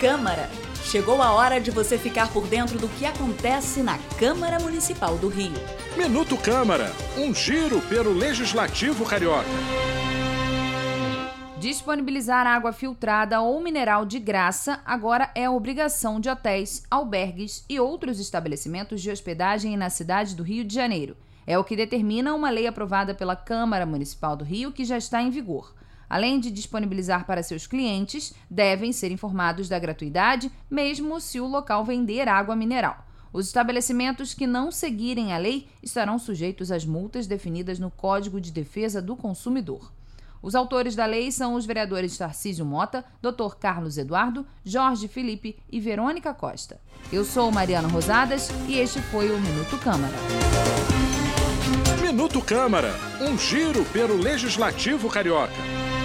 Câmara. Chegou a hora de você ficar por dentro do que acontece na Câmara Municipal do Rio. Minuto Câmara, um giro pelo Legislativo Carioca. Disponibilizar água filtrada ou mineral de graça agora é obrigação de hotéis, albergues e outros estabelecimentos de hospedagem na cidade do Rio de Janeiro. É o que determina uma lei aprovada pela Câmara Municipal do Rio que já está em vigor. Além de disponibilizar para seus clientes, devem ser informados da gratuidade, mesmo se o local vender água mineral. Os estabelecimentos que não seguirem a lei estarão sujeitos às multas definidas no Código de Defesa do Consumidor. Os autores da lei são os vereadores Tarcísio Mota, Dr. Carlos Eduardo, Jorge Felipe e Verônica Costa. Eu sou Mariana Rosadas e este foi o Minuto Câmara. Minuto Câmara, um giro pelo Legislativo Carioca.